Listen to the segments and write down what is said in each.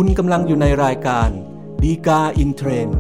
คุณกำลังอยู่ในรายการดีกาอินเทรนด์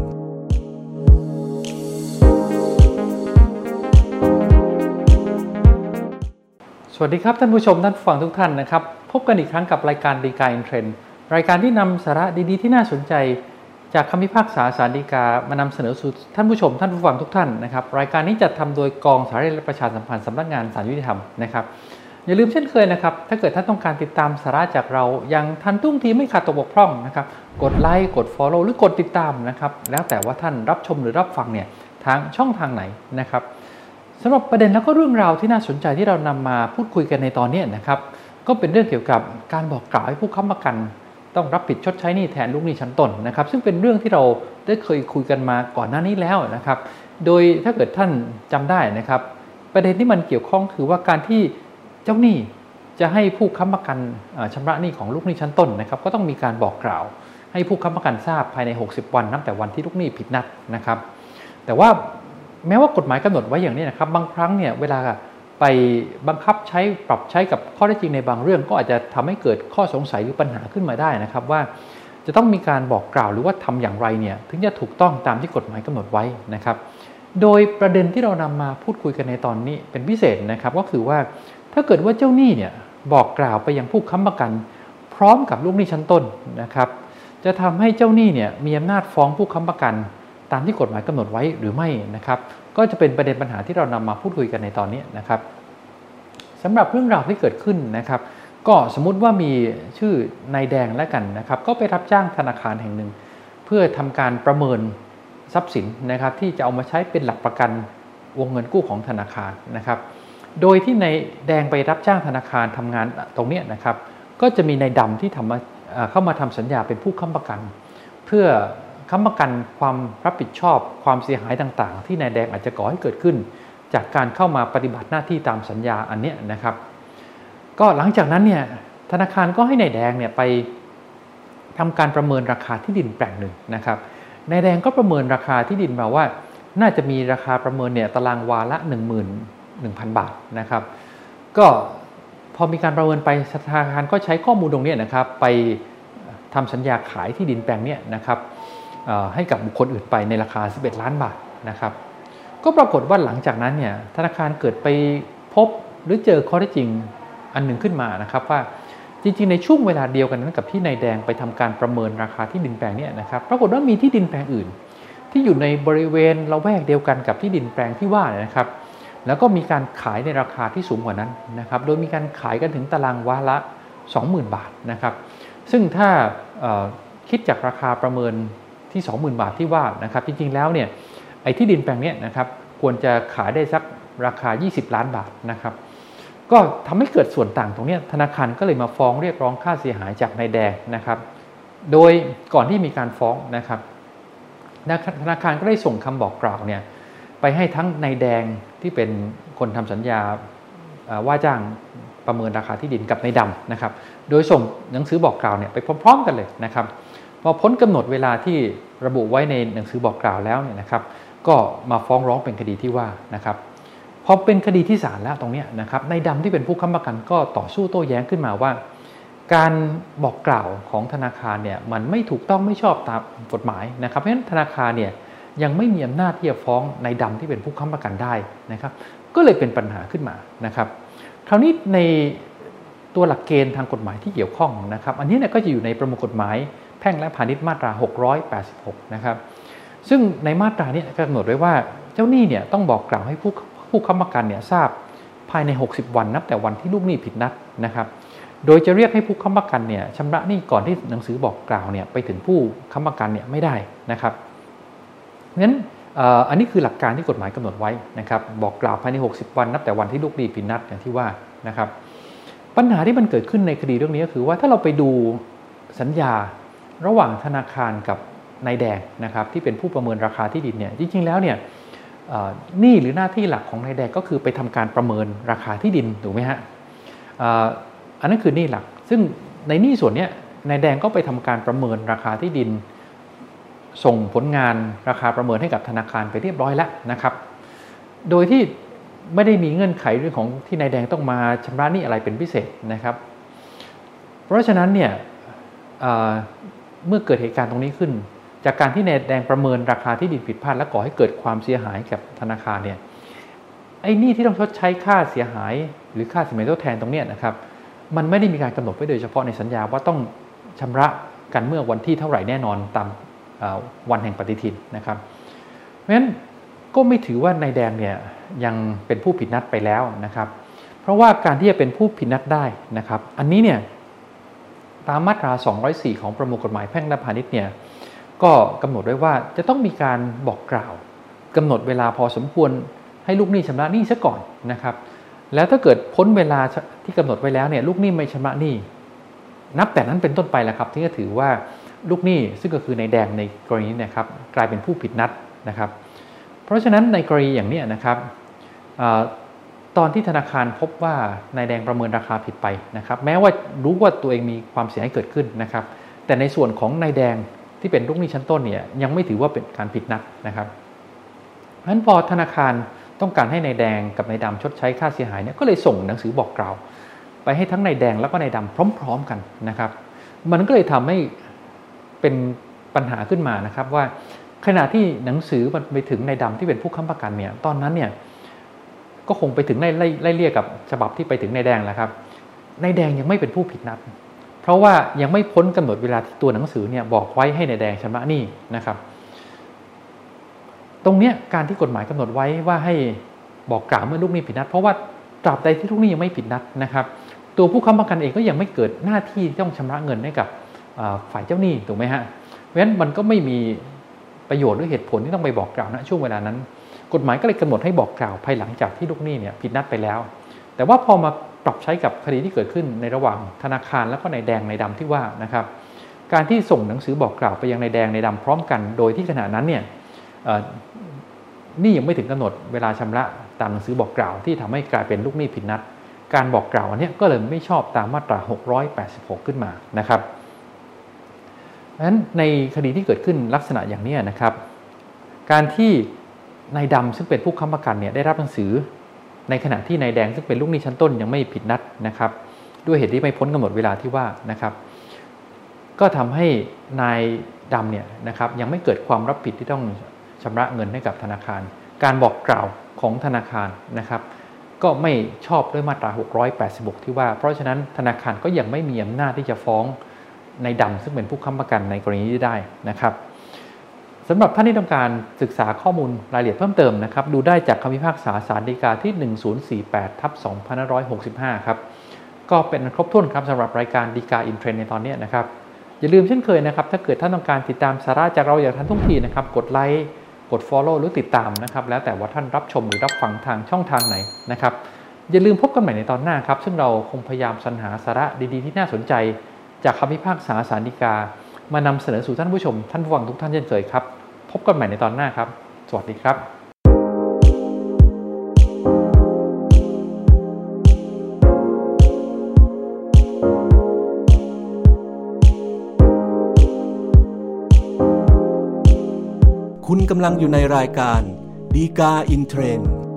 สวัสดีครับท่านผู้ชมท่านผู้ฟังทุกท่านนะครับพบกันอีกครั้งกับรายการดีกาอินเทรนด์รายการที่นำสาระดีๆที่น่าสนใจจากคำพิพากษาศาลฎีกามานำเสนอสู่ท่านผู้ชมท่านผู้ฟังทุกท่านนะครับรายการนี้จัดทำโดยกองสารและประชาสัมพันธ์สำนักงานศาลยุติธรรมนะครับอย่าลืมเช่นเคยนะครับถ้าเกิดท่านต้องการติดตามสาระจากเราอย่างทันท่วงทีไม่ขาดตกบกพร่องนะครับกดไลค์กด Follow หรือกดติดตามนะครับแล้วแต่ว่าท่านรับชมหรือรับฟังเนี่ยทางช่องทางไหนนะครับสำหรับประเด็นแล้วก็เรื่องราวที่น่าสนใจที่เรานำมาพูดคุยกันในตอนนี้นะครับก็เป็นเรื่องเกี่ยวกับการบอกกล่าวให้ผู้ค้ำประกันต้องรับผิดชดใช้หนี้แทนลูกหนี้ชั้นต้นนะครับซึ่งเป็นเรื่องที่เราได้เคยคุยกันมาก่อนหน้านี้แล้วนะครับโดยถ้าเกิดท่านจำได้นะครับประเด็นที่มันเกี่ยวข้องคือว่าการที่เจ้าหนี้จะให้ผู้ค้ำประกันชำระหนี้ของลูกหนี้ชั้นต้นนะครับก็ต้องมีการบอกกล่าวให้ผู้ค้ำประกันทราบภายใน60วันนับแต่วันที่ลูกหนี้ผิดนัดนะครับแต่ว่าแม้ว่ากฎหมายกำหนดไว้อย่างนี้นะครับบางครั้งเนี่ยเวลาไปบังคับใช้ปรับใช้กับข้อเท็จจริงในบางเรื่องก็อาจจะทำให้เกิดข้อสงสัยหรือปัญหาขึ้นมาได้นะครับว่าจะต้องมีการบอกกล่าวหรือว่าทำอย่างไรเนี่ยถึงจะถูกต้องตามที่กฎหมายกำหนดไว้นะครับโดยประเด็นที่เรานำมาพูดคุยกันในตอนนี้เป็นพิเศษนะครับก็คือว่าถ้าเกิดว่าเจ้าหนี้เนี่ยบอกกล่าวไปยังผู้ค้ำประกันพร้อมกับลูกหนี้ชั้นต้นนะครับจะทำให้เจ้าหนี้เนี่ยมีอำนาจฟ้องผู้ค้ำประกันตามที่กฎหมายกำหนดไว้หรือไม่นะครับก็จะเป็นประเด็นปัญหาที่เรานำมาพูดคุยกันในตอนนี้นะครับสำหรับเรื่องราวที่เกิดขึ้นนะครับก็สมมุติว่ามีชื่อนายแดงแล้วกันนะครับก็ไปรับจ้างธนาคารแห่งหนึ่งเพื่อทำการประเมินทรัพย์สินนะครับที่จะเอามาใช้เป็นหลักประกันวงเงินกู้ของธนาคารนะครับโดยที่นายแดงไปรับจ้างธนาคารทำงานตรงนี้นะครับก็จะมีนายดำที่เข้ามาทำสัญญาเป็นผู้ค้ำประกันเพื่อค้ำประกันความรับผิดชอบความเสียหายต่างๆที่นายแดงอาจจะก่อให้เกิดขึ้นจากการเข้ามาปฏิบัติหน้าที่ตามสัญญาอันนี้นะครับก็หลังจากนั้นเนี่ยธนาคารก็ให้นายแดงเนี่ยไปทำการประเมินราคาที่ดินแปลงหนึ่งนะครับนายแดงก็ประเมินราคาที่ดินมาว่าน่าจะมีราคาประเมินเนี่ยตารางวาละ 11,000 บาทนะครับก็พอมีการประเมินไปธนาคารก็ใช้ข้อมูลตรงนี้นะครับไปทำสัญญาขายที่ดินแปลงนี้นะครับให้กับบุคคลอื่นไปในราคา11 ล้านบาทนะครับก็ปรากฏว่าหลังจากนั้นเนี่ยธนาคารเกิดไปพบหรือเจอข้อเท็จจริงอันหนึ่งขึ้นมานะครับว่าจริงๆในช่วงเวลาเดียวกันนั้นกับที่นายแดงไปทำการประเมินราคาที่ดินแปลงนี้นะครับปรากฏว่ามีที่ดินแปลงอื่นที่อยู่ในบริเวณละแวกเดียวกันกับที่ดินแปลงที่ว่านะครับแล้วก็มีการขายในราคาที่สูงกว่านั้นนะครับโดยมีการขายกันถึงตารางวาละ 20,000 บาทนะครับซึ่งถ้าคิดจากราคาประเมินที่ 20,000 บาทที่ว่านะครับจริงๆแล้วเนี่ยไอ้ที่ดินแปลงนี้นะครับควรจะขายได้สักราคา20 ล้านบาทนะครับก็ทำให้เกิดส่วนต่างตรงนี้ธนาคารก็เลยมาฟ้องเรียกร้องค่าเสียหายจากนายแดงนะครับโดยก่อนที่มีการฟ้องนะครับธนาคารก็ได้ส่งคำบอกกล่าวเนี่ยไปให้ทั้งนายแดงที่เป็นคนทำสัญญาว่าจ้างประเมินราคาที่ดินกับนายดำนะครับโดยส่งหนังสือบอกกล่าวเนี่ยไปพร้อมๆกันเลยนะครับพอพ้นกำหนดเวลาที่ระบุไว้ในหนังสือบอกกล่าวแล้วเนี่ยนะครับก็มาฟ้องร้องเป็นคดีที่ว่านะครับพอเป็นคดีที่ศาลแล้วตรงนี้นะครับนายดำที่เป็นผู้ค้ำประกันก็ต่อสู้โต้แย้งขึ้นมาว่าการบอกกล่าวของธนาคารเนี่ยมันไม่ถูกต้องไม่ชอบตามกฎหมายนะครับเพราะฉะนั้นธนาคารเนี่ยยังไม่มีอำนาจที่จะฟ้องนายดำที่เป็นผู้ค้ำประกันได้นะครับก็เลยเป็นปัญหาขึ้นมานะครับคราวนี้ในตัวหลักเกณฑ์ทางกฎหมายที่เกี่ยวข้องนะครับอันนี้เนี่ยก็จะอยู่ในประมวลกฎหมายแพ่งและพาณิชย์มาตรา 686 นะครับซึ่งในมาตรานี้กำหนดไว้ว่าเจ้าหนี้เนี่ยต้องบอกกล่าวให้ผู้ค้ำประกันเนี่ยทราบภายใน60วันนับแต่วันที่ลูกหนี้ผิดนัดนะครับโดยจะเรียกให้ผู้ค้ำประกันเนี่ยชำระหนี้ก่อนที่หนังสือบอกกล่าวเนี่ยไปถึงผู้ค้ำประกันเนี่ยไม่ได้นะครับงั้นอันนี้คือหลักการที่กฎหมายกำหนดไว้นะครับบอกกล่าวภายใน60วันนับแต่วันที่ลูกหนี้ผิดนัดอย่างที่ว่านะครับปัญหาที่มันเกิดขึ้นในคดีเรื่องนี้ก็คือว่าถ้าเราไปดูสัญญาระหว่างธนาคารกับนายแดงนะครับที่เป็นผู้ประเมินราคาที่ดินเนี่ยจริงๆแล้วเนี่ยหนี้หรือหน้าที่หลักของนายแดงก็คือไปทำการประเมินราคาที่ดินถูกไหมฮะอันนั้นคือหนี้หลักซึ่งในหนี้ส่วนนี้นายแดงก็ไปทำการประเมินราคาที่ดินส่งผลงานราคาประเมินให้กับธนาคารไปเรียบร้อยแล้วนะครับโดยที่ไม่ได้มีเงื่อนไขเรื่องของที่นายแดงต้องมาชำระหนี้อะไรเป็นพิเศษนะครับเพราะฉะนั้นเนี่ยเมื่อเกิดเหตุการณ์ตรงนี้ขึ้นจากการที่นายแดงประเมินราคาที่ดินผิดพลาดและก่อให้เกิดความเสียหายกับธนาคารเนี่ยไอ้หนี้ที่ต้องชดใช้ค่าเสียหายหรือค่าสินไหมทดแทนตรงนี้นะครับมันไม่ได้มีการกำหนดไว้โดยเฉพาะในสัญญาว่าต้องชำระกันเมื่อวันที่เท่าไหร่แน่นอนตามวันแห่งปฏิทินนะครับเพราะฉะนั้นก็ไม่ถือว่านายแดงเนี่ยยังเป็นผู้ผิดนัดไปแล้วนะครับเพราะว่าการที่จะเป็นผู้ผิดนัดได้นะครับอันนี้เนี่ยตามมาตรา204ของประมวลกฎหมายแพ่งและพาณิชย์เนี่ยก็กำหนดไว้ว่าจะต้องมีการบอกกล่าวกำหนดเวลาพอสมควรให้ลูกหนี้ชำระหนี้ซะก่อนนะครับแล้วถ้าเกิดพ้นเวลาที่กำหนดไว้แล้วเนี่ยลูกหนี้ไม่ชำระหนี้นับแต่นั้นเป็นต้นไปแล้วครับที่จะถือว่าลูกหนี้ซึ่งก็คือนายแดงในกรณีนี้นะครับกลายเป็นผู้ผิดนัดนะครับเพราะฉะนั้นในกรณีอย่างนี้นะครับตอนที่ธนาคารพบว่านายแดงประเมินราคาผิดไปนะครับแม้ว่ารู้ว่าตัวเองมีความเสียหายเกิดขึ้นนะครับแต่ในส่วนของนายแดงที่เป็นลูกหนี้ชั้นต้นเนี่ยยังไม่ถือว่าเป็นการผิดนัดนะครับเพราะฉะนั้นพอธนาคารต้องการให้นายแดงกับนายดำชดใช้ค่าเสียหายเนี่ยก็เลยส่งหนังสือบอกกล่าวไปให้ทั้งนายแดงแล้วก็นายดำพร้อมๆกันนะครับมันก็เลยทำให้เป็นปัญหาขึ้นมานะครับว่าขณะที่หนังสือมันไปถึงนายดำที่เป็นผู้ค้ำประกันเนี่ยตอนนั้นเนี่ยก็คงไปถึงไล่เลี่ยกับฉบับที่ไปถึงนายแดงแล้วครับนายแดงยังไม่เป็นผู้ผิดนัดเพราะว่ายังไม่พ้นกำหนดเวลาที่ตัวหนังสือเนี่ยบอกไว้ให้นายแดงชำระหนี้นะครับตรงเนี้ยการที่กฎหมายกำหนดไว้ว่าให้บอกกล่าวเมื่อลูกหนี้ผิดนัดเพราะว่าตราบใดที่ลูกหนี้ยังไม่ผิดนัดนะครับตัวผู้ค้ำประกันเองก็ยังไม่เกิดหน้าที่ต้องชำระเงินให้กับฝ่ายเจ้าหนี้ถูกไหมฮะเพราะฉะนั้นมันก็ไม่มีประโยชน์หรือเหตุผลที่ต้องไปบอกกล่าวณช่วงเวลานั้นกฎหมายก็เลยกำหนดให้บอกกล่าวภายหลังจากที่ลูกหนี้เนี่ยผิดนัดไปแล้วแต่ว่าพอมาปรับใช้กับคดีที่เกิดขึ้นในระหว่างธนาคารแล้วก็นายแดงนายดำที่ว่านะครับการที่ส่งหนังสือบอกกล่าวไปยังนายแดงนายดำพร้อมกันโดยที่ขณะนั้นเนี่ยนี่ยังไม่ถึงกำหนดเวลาชำระตามหนังสือบอกกล่าวที่ทำให้กลายเป็นลูกหนี้ผิดนัดการบอกกล่าวอันนี้ก็เลยไม่ชอบตามมาตรา686ขึ้นมานะครับเพราะฉะนั้นในคดีที่เกิดขึ้นลักษณะอย่างนี้นะครับการที่นายดำซึ่งเป็นผู้ค้ำประกันเนี่ยได้รับหนังสือในขณะที่นายแดงซึ่งเป็นลูกหนี้ชั้นต้นยังไม่ผิดนัดนะครับด้วยเหตุที่ไม่พ้นกำหนดเวลาที่ว่านะครับก็ทำให้นายดำเนี่ยนะครับยังไม่เกิดความรับผิดที่ต้องชำระเงินให้กับธนาคารการบอกกล่าวของธนาคารนะครับก็ไม่ชอบด้วยมาตรา686ที่ว่าเพราะฉะนั้นธนาคารก็ยังไม่มีอำนาจที่จะฟ้องนายดำซึ่งเป็นผู้ค้ำประกันในกรณีนี้ได้นะครับสำหรับท่านที่ต้องการศึกษาข้อมูลรายละเอียดเพิ่มเติมนะครับดูได้จากคำพิพากษาศาลฎีกาที่1048/2565ครับก็เป็นครบถ้วนครับสำหรับรายการฎีกาอินเทรนด์ในตอนนี้นะครับอย่าลืมเช่นเคยนะครับถ้าเกิดท่านต้องการติดตามสาระจากเราอย่างทันท่วงทีนะครับกดไลค์กด follow หรือติดตามนะครับแล้วแต่ว่าท่านรับชมหรือรับฟังทางช่องทางไหนนะครับอย่าลืมพบกันใหม่ในตอนหน้าครับซึ่งเราคงพยายามสรรหาสาระดีๆที่น่าสนใจจากคำพิพากษาศาลฎีกามานำเสนอสู่ท่านผู้ชมท่านผู้ฟังทุกท่านเช่นเคยครับพบกันใหม่ในตอนหน้าครับสวัสดีครับคุณกำลังอยู่ในรายการฎีกาอินเทรนด์